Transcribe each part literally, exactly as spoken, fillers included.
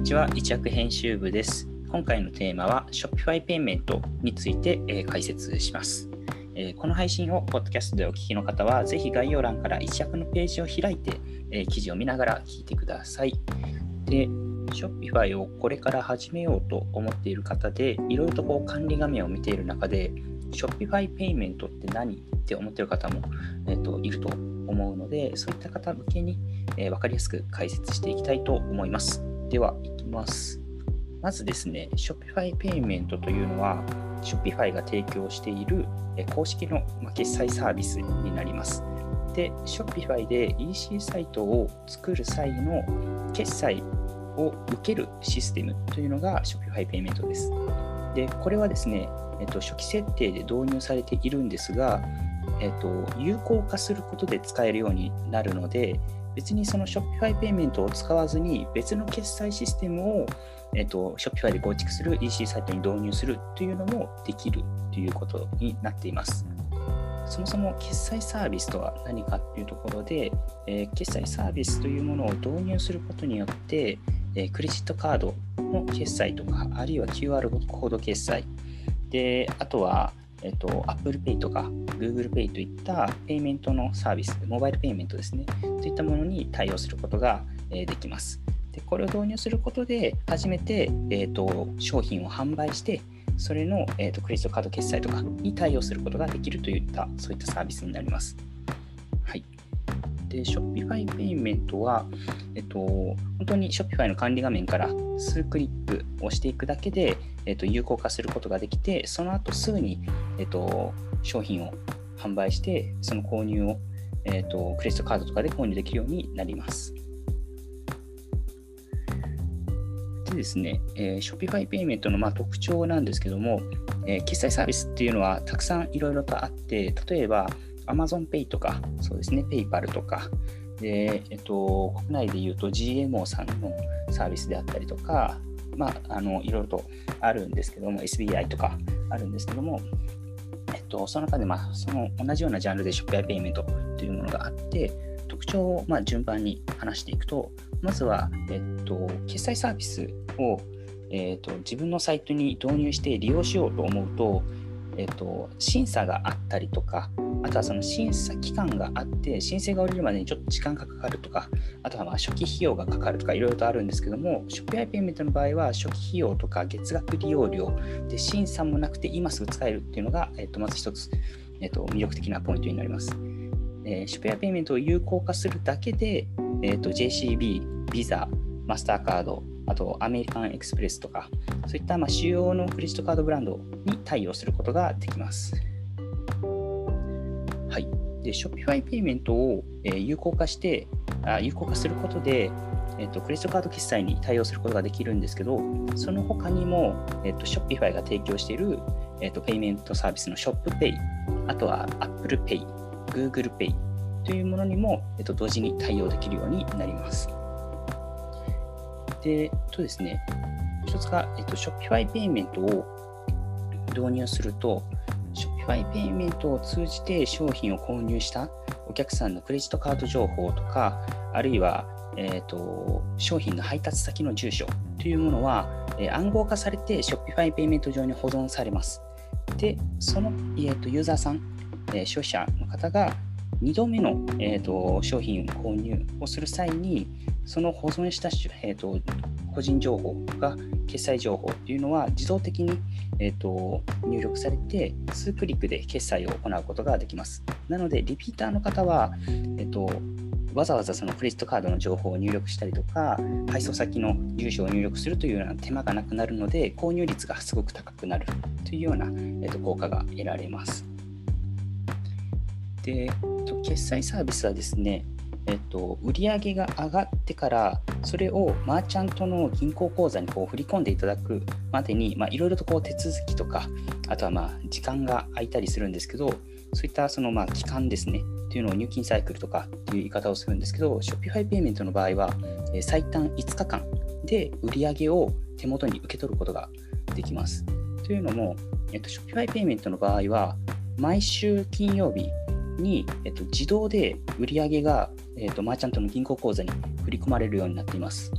ちは、一躍編集部です。今回のテーマは Shopify ペイメントについて、えー、解説します、えー。この配信をポッドキャストでお聞きの方は、ぜひ概要欄から一躍のページを開いて、えー、記事を見ながら聞いてください。で、Shopify をこれから始めようと思っている方で、いろいろとこう管理画面を見ている中で、Shopify ペイメントって何って思っている方も、えー、といると思うので、そういった方向けに、えー、分かりやすく解説していきたいと思います。では、いきます。まずですね、Shopify ペイメントというのは、Shopify が提供している公式の決済サービスになります。で、Shopify で イーシー サイトを作る際の決済を受けるシステムというのが Shopify ペイメントです。で、これはですね、えっと、初期設定で導入されているんですが、えっと、有効化することで使えるようになるので、別にその Shopify ペイメントを使わずに別の決済システムを、えっと、Shopify で構築する イーシー サイトに導入するというのもできるということになっています。そもそも決済サービスとは何かというところで、えー、決済サービスというものを導入することによって、えー、クレジットカードの決済とか、あるいは キューアール コード決済で、あとはえっと、Apple Pay とか Google Pay といったペイメントのサービス、モバイルペイメントですね、といったものに対応することができます。で、これを導入することで、初めて、えっと、商品を販売して、それの、えっと、クレジットカード決済とかに対応することができるといった、そういったサービスになります。はい。で、Shopify ペイメントは、えっと、本当に Shopify の管理画面から数クリックをしていくだけで、えっと、有効化することができて、その後すぐに、えっと、商品を販売して、その購入を、えっと、クレジットカードとかで購入できるようになります。でですね、えー、Shopify ペイメントのまあ特徴なんですけども、えー、決済サービスっていうのはたくさんいろいろとあって、例えば Amazon Pay とか、そうですね、PayPal とか、で、えっと、国内でいうと ジーエムオー さんのサービスであったりとか、まあ、あのいろいろとあるんですけども、エスビーアイ とかあるんですけども、えっと、その中で、まあ、その同じようなジャンルで Shopify ペイメントというものがあって、特徴をまあ順番に話していくと、まずは、えっと、決済サービスを、えっと、自分のサイトに導入して利用しようと思うと、えっと、審査があったりとか、あとはその審査期間があって、申請が下りるまでにちょっと時間がかかるとか、あとはまあ初期費用がかかるとか、いろいろとあるんですけども、Shopify ペイメントの場合は、初期費用とか月額利用料で審査もなくて今すぐ使えるっていうのが、えっと、まず一つ、えっと、魅力的なポイントになります。えー、Shopify ペイメントを有効化するだけで、えっと、ジェーシービー、Visa、マスターカード、あとアメリカンエクスプレスとか、そういったまあ主要のクレジットカードブランドに対応することができます。はい。で、Shopify ペイメントを、えー、有効化して、あ有効化することで、えーと、クレジットカード決済に対応することができるんですけど、その他にも、えーと、Shopify が提供している、えーと、ペイメントサービスの ShopPay、あとは Apple Pay、Google Pay というものにも、えーと、同時に対応できるようになります。で、えっとですね、一つが、えっと、Shopify ペイメントを導入すると、Shopify ペイメントを通じて商品を購入したお客さんのクレジットカード情報とか、あるいは、えーと、商品の配達先の住所というものは、えー、暗号化されて Shopify ペイメント上に保存されます。で、その、えーと、ユーザーさん、えー、消費者の方がにどめの、えーと、商品購入をする際に、その保存した、えーと、個人情報が決済情報というのは自動的に、えーと、入力されて数クリックで決済を行うことができます。なのでリピーターの方は、えーと、わざわざそのクレジットカードの情報を入力したりとか、配送先の住所を入力するというような手間がなくなるので、購入率がすごく高くなるというような、えーと、効果が得られます。で、決済サービスはですね、えっと、売上が上がってからそれをマーチャントの銀行口座にこう振り込んでいただくまでにいろいろとこう手続きとか、あとはまあ時間が空いたりするんですけど、そういったそのまあ期間ですねというのを入金サイクルとかっていう言い方をするんですけど、 Shopify ペイメントの場合は最短いつかかんで売上を手元に受け取ることができます。というのも、えっと、Shopify ペイメントの場合は毎週金曜日に、えっと、自動で売上が、えっと、マーチャントの銀行口座に振り込まれるようになっています。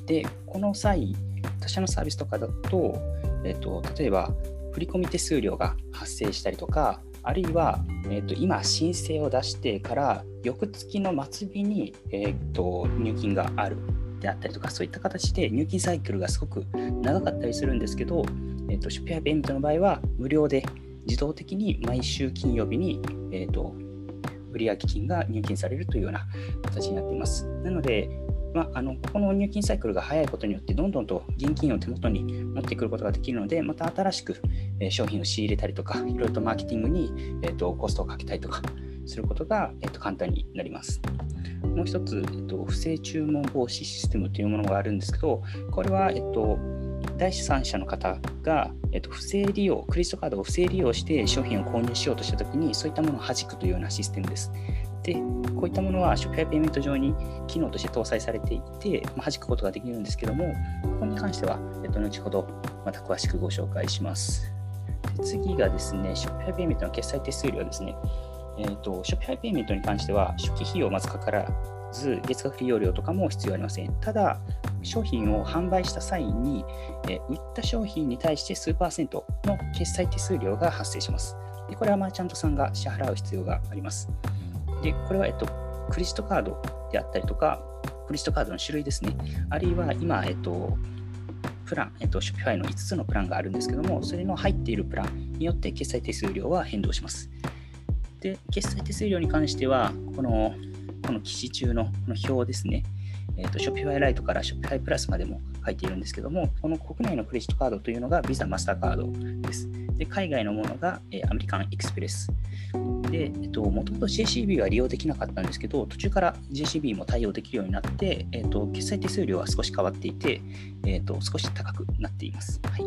で、この際、他社のサービスとかだと、えっと、例えば、振込手数料が発生したりとか、あるいは、えっと、今、申請を出してから翌月の末日に、えっと、入金があるであったりとか、そういった形で入金サイクルがすごく長かったりするんですけど、えっと、Shopifyペイメントの場合は無料で自動的に毎週金曜日に、えっと、売上金が入金されるというような形になっています。なので、まあ、あのここの入金サイクルが早いことによってどんどんと現金を手元に持ってくることができるので、また新しく、えー、商品を仕入れたりとか、いろいろとマーケティングに、えー、とコストをかけたりとかすることが、えー、と簡単になります。もう一つ、えー、と不正注文防止システムというものがあるんですけど、これは、えー、と第三者の方が、えー、と不正利用、クレジットカードを不正利用して商品を購入しようとしたときに、そういったものを弾くというようなシステムです。で、こういったものは Shopify ペイメント上に機能として搭載されていて、まあ、弾くことができるんですけども、ここに関しては、えっと、後ほどまた詳しくご紹介します。で、次がですね、Shopify ペイメントの決済手数料ですね。えっと、Shopify ペイメントに関しては、初期費用まずかからず、月額利用料とかも必要ありません。ただ、商品を販売した際に、え売った商品に対して数パーセントの決済手数料が発生します。で、これはマーチャントさんが支払う必要があります。で、これは、えっと、クレジットカードであったりとか、クレジットカードの種類ですね。あるいは今、えっと、プラン、えっと、Shopify のいつつのプランがあるんですけども、それの入っているプランによって決済手数料は変動します。で、決済手数料に関しては、この、この記事中のこの表ですね。えっと、Shopify Lite から Shopify Plus までも書いているんですけども、この国内のクレジットカードというのが Visa、マスターカードです。で、海外のものが、えー、アメリカンエクスプレス。で、えっと、もともと ジェーシービー は利用できなかったんですけど、途中から ジェーシービー も対応できるようになって、えっと、決済手数料は少し変わっていて、えっと、少し高くなっています。はい。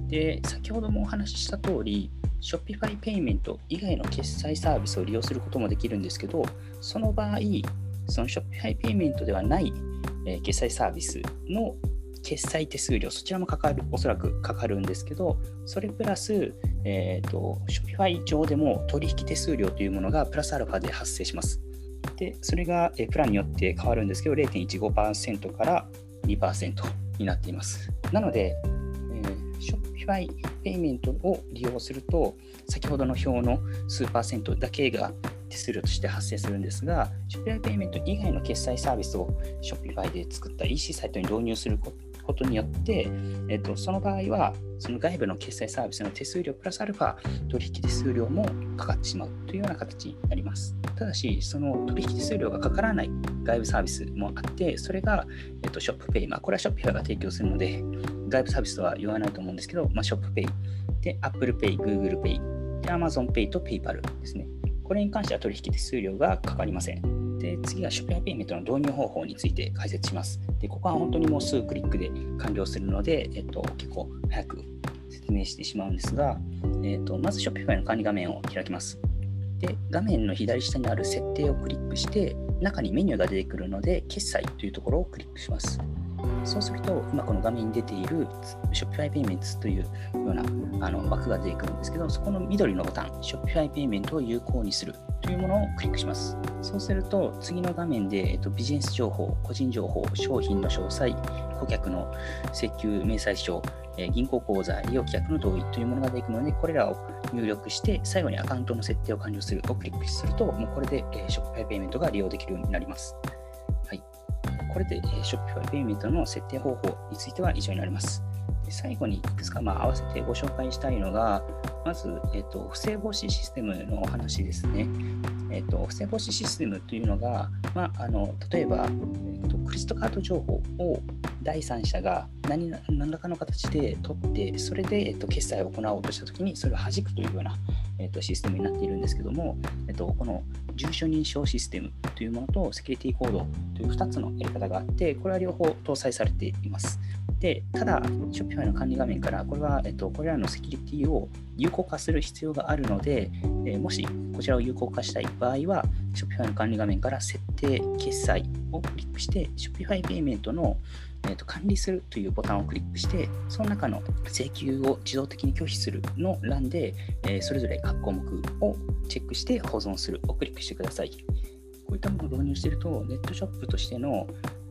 で、先ほどもお話しした通り、Shopify ペイメント以外の決済サービスを利用することもできるんですけど、その場合、その Shopify ペイメントではない、えー、決済サービスの決済手数料、そちらもかかる、おそらくかかるんですけど、それプラス、えーと、Shopify 上でも取引手数料というものがプラスアルファで発生します。で、それがプランによって変わるんですけど、れいてんいちごパーセント から にパーセント になっています。なので、えー、Shopify ペイメントを利用すると、先ほどの表の数パーセントだけが手数料として発生するんですが、Shopify ペイメント以外の決済サービスを Shopify で作った イーシー サイトに導入することことによって、えっと、その場合はその外部の決済サービスの手数料プラスアルファ取引手数料もかかってしまうというような形になります。ただし、その取引手数料がかからない外部サービスもあって、それが、えっと、ショップペイ、まあ、これは Shopify が提供するので、外部サービスとは言わないと思うんですけど、まあ、ショップペイで Apple Pay、Google Pay で Amazon Pay と PayPal ですね。これに関しては取引手数料がかかりません。で、次が Shopify ペイメントの導入方法について解説します。で、ここは本当にもう数クリックで完了するので、えっと、結構早く説明してしまうんですが、えっと、まず Shopify の管理画面を開きます。で、画面の左下にある設定をクリックして、中にメニューが出てくるので、決済というところをクリックします。そうすると、今この画面に出ている Shopify Payments というようなあの枠が出てくるんですけど、そこの緑のボタン、Shopify Payment を有効にするというものをクリックします。そうすると、次の画面で、えっと、ビジネス情報、個人情報、商品の詳細、顧客の請求明細書、えー、銀行口座、利用規約の同意というものが出てくるので、これらを入力して、最後にアカウントの設定を完了するをクリックすると、もうこれで、えー、Shopify Payment が利用できるようになります。はい。これで、えー、Shopify Payment の設定方法については以上になります。で、最後にいくつか、まあ、合わせてご紹介したいのが、まず、えーと、不正防止システムのお話ですね。えーと、不正防止システムというのが、まあ、あの例えば、えーと、クレジットカード情報を第三者が 何, 何らかの形で取って、それで、えーと、決済を行おうとしたときに、それを弾くというような、えーと、システムになっているんですけども、えーと、この住所認証システムというものとセキュリティコードというふたつのやり方があって、これは両方搭載されています。で、ただ、Shopify の管理画面から、これは、えっと、これらのセキュリティを有効化する必要があるので、えー、もしこちらを有効化したい場合は、Shopify の管理画面から設定、決済をクリックして、Shopify Payment の、えーと、管理するというボタンをクリックして、その中の請求を自動的に拒否するの欄で、えー、それぞれ各項目をチェックして保存するをクリックしてください。こういったものを導入していると、ネットショップとしての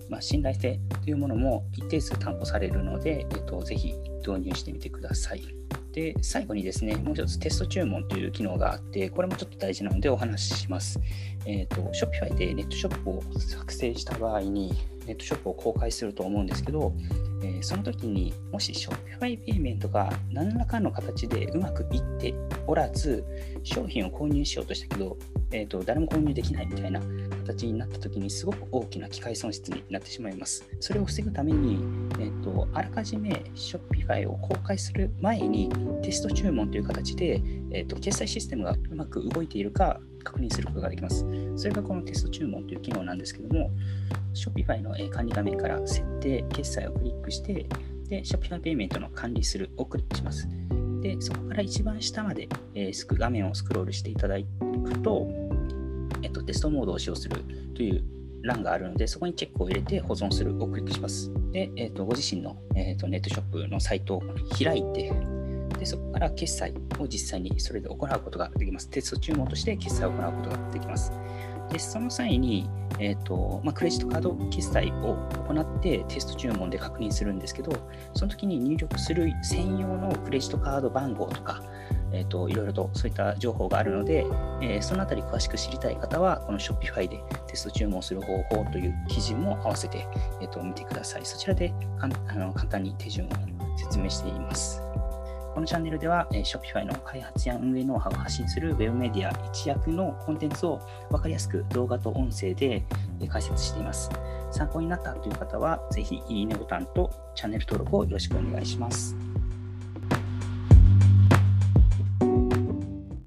まあ、信頼性というものも一定数担保されるので、えっと、ぜひ導入してみてください。で、最後にですね、もう一つテスト注文という機能があって、これもちょっと大事なのでお話しします。えっと、Shopify でネットショップを作成した場合に、ネットショップを公開すると思うんですけど、えー、その時にもし Shopify ペイメントが何らかの形でうまくいっておらず、商品を購入しようとしたけど、えーと、誰も購入できないみたいな形になった時にすごく大きな機械損失になってしまいます。それを防ぐために、えーと、あらかじめ Shopify を公開する前にテスト注文という形で、えーと、決済システムがうまく動いているか確認することができます。それがこのテスト注文という機能なんですけども、Shopify の管理画面から設定、決済をクリックして、で Shopify ペイメントの管理するをクリックします。で、そこから一番下まで、えー、画面をスクロールしていただくと、えっと、テストモードを使用するという欄があるので、そこにチェックを入れて保存するをクリックします。で、えっと、ご自身の、えっと、ネットショップのサイトを開いて、でそこから決済を実際にそれで行うことができます。テスト注文として決済を行うことができます。で、その際に、えーとまあ、クレジットカード決済を行ってテスト注文で確認するんですけど、その時に入力する専用のクレジットカード番号とか、えーといろいろとそういった情報があるので、えー、そのあたり詳しく知りたい方は、この Shopify でテスト注文する方法という記事も合わせて、えーと見てください。そちらでかんあの簡単に手順を説明しています。このチャンネルでは、えー、Shopify の開発や運営ノウハウを発信する Web メディア一躍のコンテンツを分かりやすく動画と音声で、えー、解説しています。参考になったという方は、ぜひいいねボタンとチャンネル登録をよろしくお願いします。